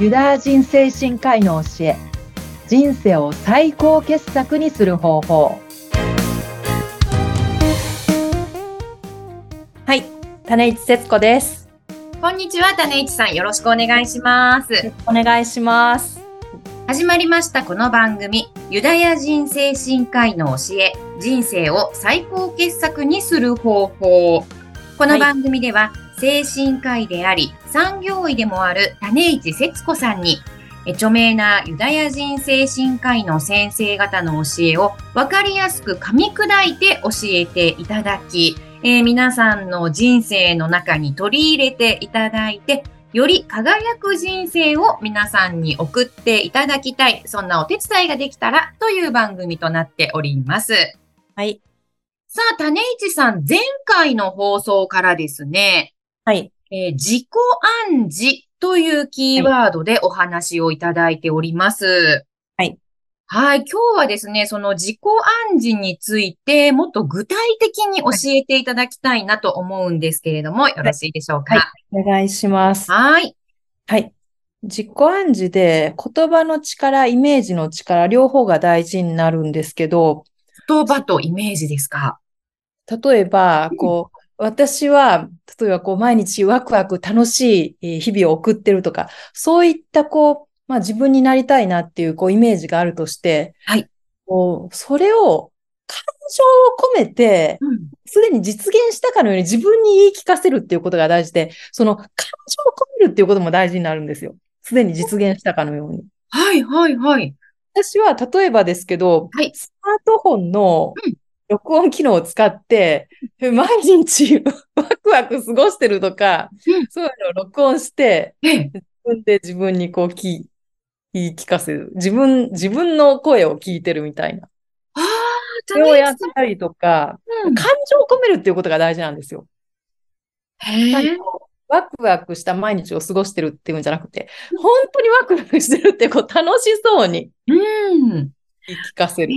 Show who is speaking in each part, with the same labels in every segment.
Speaker 1: ユダヤ人精神科医の教え、人生を最高傑作にする方法。はい、種市節子です。
Speaker 2: こんにちは、種市さん、よろしくお願いします。
Speaker 1: お願いします。
Speaker 2: 始まりましたこの番組、ユダヤ人精神科医の教え、人生を最高傑作にする方法。この番組では、精神科医であり産業医でもある種市節子さんに著名なユダヤ人精神科医の先生方の教えを分かりやすく噛み砕いて教えていただき、皆さんの人生の中に取り入れていただいて、より輝く人生を皆さんに送っていただきたい、そんなお手伝いができたらという番組となっております。
Speaker 1: はい。
Speaker 2: さあ、種市さん、前回の放送からですね、
Speaker 1: はい。
Speaker 2: 自己暗示というキーワードでお話をいただいております。
Speaker 1: はい。
Speaker 2: はい。今日はですね、その自己暗示についてもっと具体的に教えていただきたいなと思うんですけれども、よろしいでしょうか。
Speaker 1: はい。お願いします。
Speaker 2: はい。
Speaker 1: はい。自己暗示で言葉の力、イメージの力、両方が大事になるんですけど、
Speaker 2: 言葉とイメージですか。
Speaker 1: 例えば、私は、例えば毎日ワクワク楽しい日々を送ってるとか、そういった自分になりたいなっていうイメージがあるとして、
Speaker 2: はい。
Speaker 1: それを感情を込めて、すでに実現したかのように自分に言い聞かせるっていうことが大事で、その感情を込めるっていうことも大事になるんですよ。すでに実現したかのように。
Speaker 2: はい、はい、はい。
Speaker 1: 私は例えばですけど、
Speaker 2: はい。
Speaker 1: スマートフォンの録音機能を使って、毎日ワクワク過ごしてるとか、そういうのを録音して、自分で自分に言い聞かせる。自分の声を聞いてるみたいな。それをやったりとか、感情を込めるっていうことが大事なんですよ。ワクワクした毎日を過ごしてるっていうんじゃなくて、本当にワクワクしてるって楽しそうに言い聞かせる。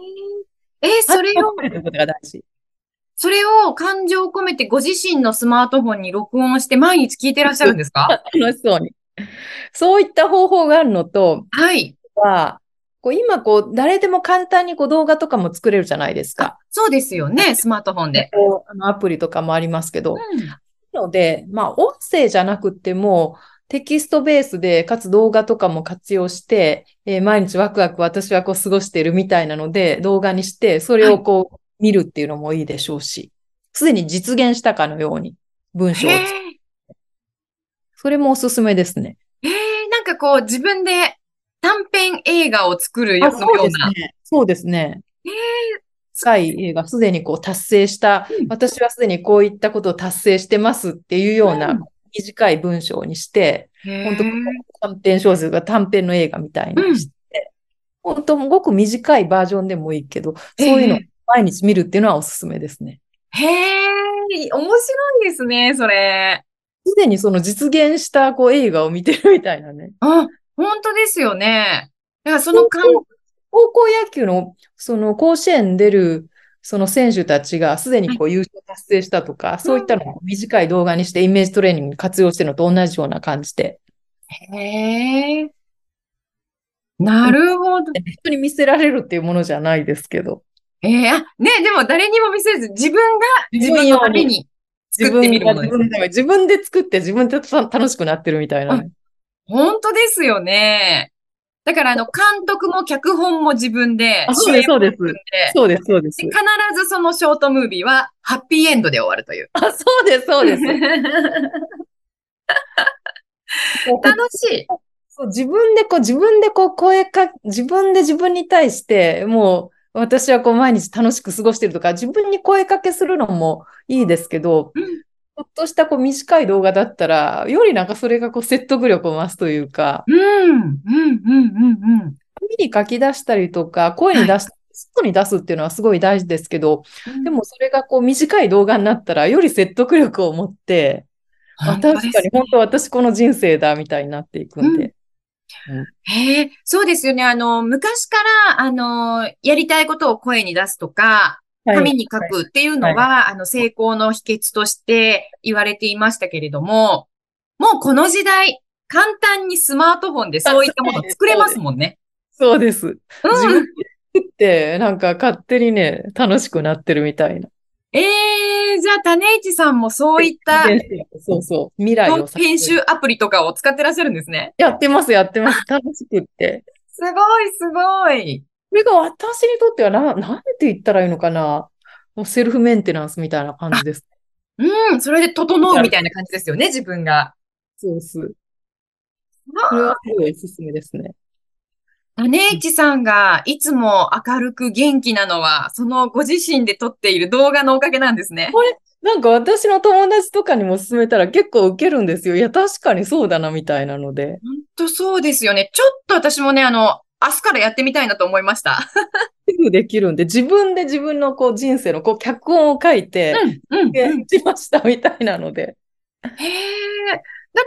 Speaker 2: それを感情を込めてご自身のスマートフォンに録音して毎日聞いてらっしゃるんですか？
Speaker 1: 楽しそうに。そういった方法があるのと、
Speaker 2: はい。
Speaker 1: 今誰でも簡単に動画とかも作れるじゃないですか。
Speaker 2: そうですよね、スマートフォンで。
Speaker 1: アプリとかもありますけど。なので、音声じゃなくても、テキストベースで、かつ動画とかも活用して、毎日ワクワク私は過ごしているみたいなので、動画にして、それを見るっていうのもいいでしょうし、すでに実現したかのように文章を作る。それもおすすめですね。
Speaker 2: なんか自分で短編映画を作るような。
Speaker 1: そうですね。深い映画、すでに達成した、私はすでにこういったことを達成してますっていうような短い文章にして、本当短編小説が短編の映画みたいにして、本当ごく短いバージョンでもいいけど、そういうのを毎日見るっていうのはおすすめですね。
Speaker 2: 面白いですね、それ。
Speaker 1: すでにその実現した映画を見てるみたいなね。
Speaker 2: 本当ですよね。だから
Speaker 1: 高校野球のその甲子園出るその選手たちがすでに優勝達成したとか、そういったのを短い動画にしてイメージトレーニングに活用してるのと同じような感じで。
Speaker 2: なるほど。
Speaker 1: 人に見せられるっていうものじゃないですけど。
Speaker 2: でも誰にも見せず、自分が自分のために作ってみるものです。
Speaker 1: 自分で作って自分で楽しくなってるみたいなね。
Speaker 2: 本当ですよね。だから監督も脚本も自分で、
Speaker 1: そうです、そうです。そうです、そうです。
Speaker 2: 必ずそのショートムービーはハッピーエンドで終わるという。
Speaker 1: そうです、そうです。
Speaker 2: 楽しい。
Speaker 1: 自分で自分で自分に対して、もう私は毎日楽しく過ごしてるとか、自分に声かけするのもいいですけど、ちょっとした短い動画だったら、よりそれが説得力を増すというか、紙に書き出したりとか、声に出す、外に出すっていうのはすごい大事ですけど、でもそれが短い動画になったら、より説得力を持って、確かに本当私この人生だみたいになっていくんで。
Speaker 2: そうですよね。昔から、やりたいことを声に出すとか、紙に書くっていうのは、成功の秘訣として言われていましたけれども、もうこの時代、 簡単にスマートフォンでそういったもの作れますもんね。
Speaker 1: そうです。自
Speaker 2: うん。
Speaker 1: 分で作って、なんか勝手にね、楽しくなってるみたいな。
Speaker 2: えじゃあ、種市さんもそういった
Speaker 1: そうそう。未来を先
Speaker 2: 編
Speaker 1: 取り。
Speaker 2: 集アプリとかを使ってらっしゃるんですね。
Speaker 1: やってます、やってます。楽しくって。
Speaker 2: すごい、すごい。
Speaker 1: これが私にとってはなんて言ったらいいのかな。もうセルフメンテナンスみたいな感
Speaker 2: あ、
Speaker 1: じです。
Speaker 2: うん、それで整うみたいな感じですよね、自分が。
Speaker 1: そうです。それは
Speaker 2: あ
Speaker 1: すごいおすすめですね。
Speaker 2: 種市さんがいつも明るく元気なのは、そのご自身で撮っている動画のおかげなんですね。
Speaker 1: これ、なんか私の友達とかにも勧めたら結構ウケるんですよ。いや、確かにそうだな、みたいなので。
Speaker 2: 本当そうですよね。ちょっと私もね、明日からやってみたいなと思いました。
Speaker 1: すぐできるんで、自分で自分のこう人生のこう脚本を書いて、
Speaker 2: うん、うん、うん。
Speaker 1: 演じましたみたいなので。
Speaker 2: へえ。だって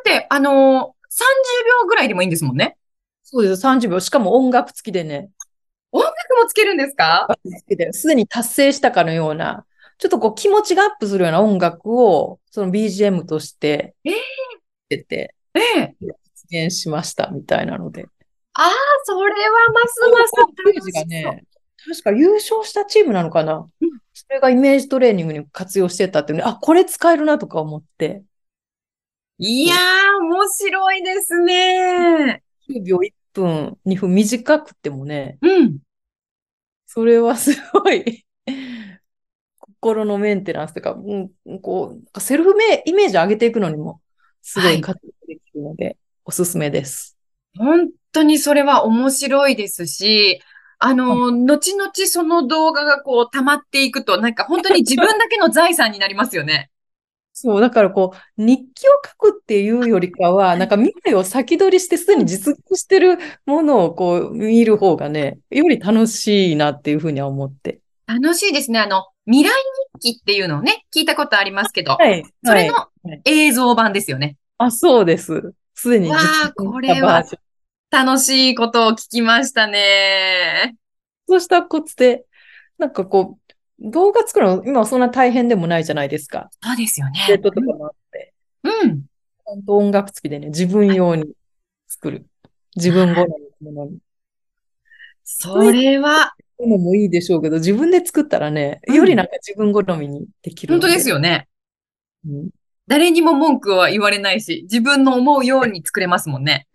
Speaker 2: 、30秒ぐらいでもいいんですもんね。
Speaker 1: そうです、30秒。しかも音楽付きでね、
Speaker 2: 音楽もつけるんですか？
Speaker 1: 音楽付きですでに達成したかのような、ちょっとこう気持ちがアップするような音楽を、その BGM として
Speaker 2: え
Speaker 1: 出て、
Speaker 2: ええ。
Speaker 1: 実現しましたみたいなので。
Speaker 2: ああ、それはます
Speaker 1: この
Speaker 2: ます
Speaker 1: ホームページ
Speaker 2: 楽しそ
Speaker 1: がね、確か優勝したチームなのかな。
Speaker 2: う。うん。
Speaker 1: それがイメージトレーニングに活用してたっていうね、あ、これ使えるなとか思って、
Speaker 2: いや
Speaker 1: そう、
Speaker 2: ー、面白いですね。
Speaker 1: 9秒1分、2分短くてもね、
Speaker 2: うん。
Speaker 1: それはすごい心のメンテナンスというか、こう、セルフイメージ上げていくのにも、すご
Speaker 2: はい。
Speaker 1: い活用できるので、おすすめです。
Speaker 2: 本当にそれは面白いですし、後々その動画がこう溜まっていくと、なんか本当に自分だけの財産になりますよね。
Speaker 1: そう、だからこう、日記を書くっていうよりかは、なんか未来を先取りしてすでに実現してるものをこう見る方がね、より楽しいなっていうふうには思って。
Speaker 2: 楽しいですね。未来日記っていうのをね、聞いたことありますけど、
Speaker 1: はい、はい。
Speaker 2: それの
Speaker 1: はい、
Speaker 2: 映像版ですよね。
Speaker 1: あ、そうです。すでに実
Speaker 2: わあ、こ
Speaker 1: 現した
Speaker 2: れは
Speaker 1: バージョン。
Speaker 2: 楽しいことを聞きましたね。
Speaker 1: そうしたコツで、なんかこう、動画作るの、今はそんな大変でもないじゃないですか。
Speaker 2: そうですよね。
Speaker 1: デートとかもあって。
Speaker 2: うん。うん。
Speaker 1: ちゃんと音楽付きでね、自分用に作る。自分好みのものに。人
Speaker 2: そ
Speaker 1: に作
Speaker 2: れは、
Speaker 1: るのもいいでしょうけど、自分で作ったらね、
Speaker 2: うん。
Speaker 1: よりなんか自分好みにできる
Speaker 2: 本当です
Speaker 1: ので。
Speaker 2: よね。
Speaker 1: うん、
Speaker 2: 誰にも文句は言われないし、自分の思うように作れますもんね。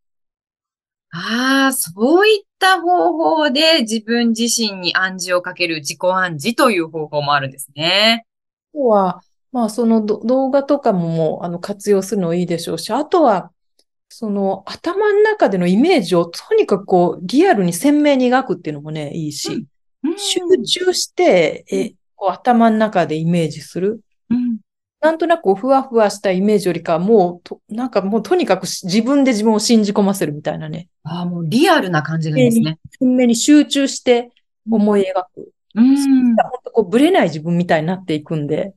Speaker 2: ああ、そういった方法で自分自身に暗示をかける自己暗示という方法もあるんですね。
Speaker 1: あとは、まあ、その動画とかももう、活用するのいいでしょうし、あとは、その頭の中でのイメージをとにかくこう、リアルに鮮明に描くっていうのもね、いい
Speaker 2: うん。
Speaker 1: し、集
Speaker 2: うん。
Speaker 1: 中して、
Speaker 2: うん。
Speaker 1: こう頭の中でイメージする。
Speaker 2: うん。
Speaker 1: なんとなくこうふわふわしたイメージよりかは、もうなんかもうとにかく自分で自分を信じ込ませるみたいなね。
Speaker 2: ああ、もうリアルな感じがいいん
Speaker 1: 鮮明に、
Speaker 2: ですね。
Speaker 1: 鮮明に集中して
Speaker 2: うん。
Speaker 1: 思い描く。
Speaker 2: う
Speaker 1: そしたら
Speaker 2: ん。
Speaker 1: 本当こうブレない自分みたいになっていくんで、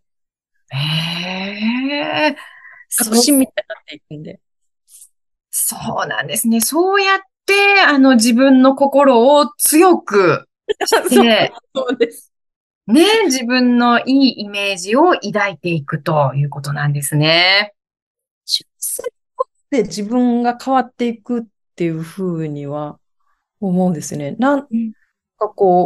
Speaker 2: へえ、
Speaker 1: 確
Speaker 2: そう、
Speaker 1: 信みたいになっていくんで。
Speaker 2: そうなんですね。そうやって、自分の心を強くし
Speaker 1: そう、
Speaker 2: て、
Speaker 1: そうです。
Speaker 2: ね、自分のいいイメージを抱いていくということなんですね。
Speaker 1: 集中することで自分が変わっていくっていうふうには思うんですよね。なん
Speaker 2: うん。
Speaker 1: か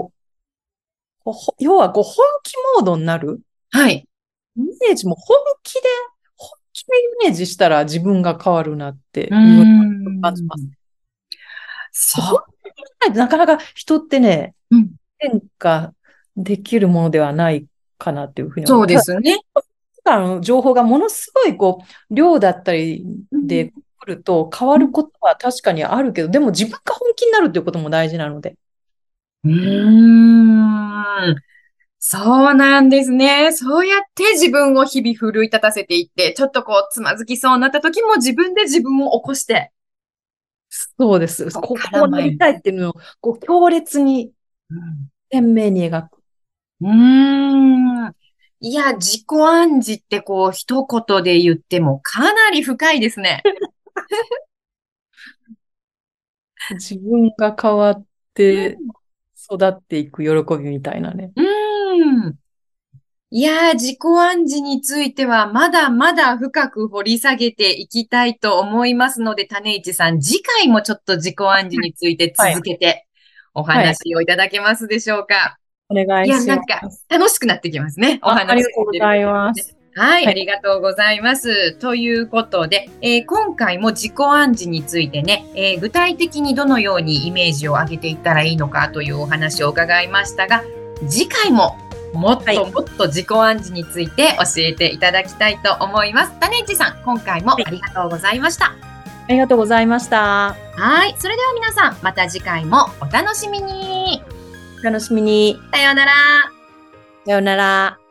Speaker 1: 要はこう本気モードになる。
Speaker 2: はい。
Speaker 1: イメージも本気でイメージしたら自分が変わるなっ
Speaker 2: うー
Speaker 1: ていうのを感じます。
Speaker 2: ん。
Speaker 1: 本
Speaker 2: そ
Speaker 1: 気でないとなかなか人ってね、
Speaker 2: う。うん。
Speaker 1: 変化できるものではないかなっていうふうに思う。
Speaker 2: そうで
Speaker 1: ただ、
Speaker 2: すね。
Speaker 1: 情報がものすごいこう、量だったり
Speaker 2: うん。
Speaker 1: で来ると変わ
Speaker 2: うん。
Speaker 1: ることは確かにあるけど、でも自分が本気になるっていうことも大事なので。
Speaker 2: うーん。そうなんですね。そうやって自分を日々奮い立たせていって、ちょっとこう、つまずきそうになった時も自分で自分を起こして、
Speaker 1: そうです。
Speaker 2: ここから
Speaker 1: こうな
Speaker 2: 前に。
Speaker 1: りたいっていうのをこう強烈に
Speaker 2: うん。
Speaker 1: 鮮明に描く。
Speaker 2: うーん。いや、自己暗示ってこう、一言で言ってもかなり深いですね。
Speaker 1: 自分が変わって育っていく喜びみたいなね。
Speaker 2: うーん。 いやー、自己暗示についてはまだまだ深く掘り下げていきたいと思いますので、種市さん、次回もちょっと自己暗示について続けてお
Speaker 1: はい。
Speaker 2: 話をいただけますでしょうか。
Speaker 1: お願
Speaker 2: いや、
Speaker 1: いしま
Speaker 2: なんか
Speaker 1: す。
Speaker 2: 楽しくなってきますね。お
Speaker 1: あり
Speaker 2: 話ししてるだ
Speaker 1: がとうござい
Speaker 2: けでね。
Speaker 1: ます。
Speaker 2: はい、
Speaker 1: はい。
Speaker 2: ありがとうございます。ということで、今回も自己暗示についてね、具体的にどのようにイメージを上げていったらいいのかというお話を伺いましたが、次回ももっ
Speaker 1: はい。
Speaker 2: ともっと自己暗示について教えていただきたいと思います。種市さん、今回もありがとうございました。
Speaker 1: ありがとうございました。
Speaker 2: はい、それでは皆さん、また次回もお楽しみに。
Speaker 1: お楽しみに。
Speaker 2: さようなら。
Speaker 1: さようなら。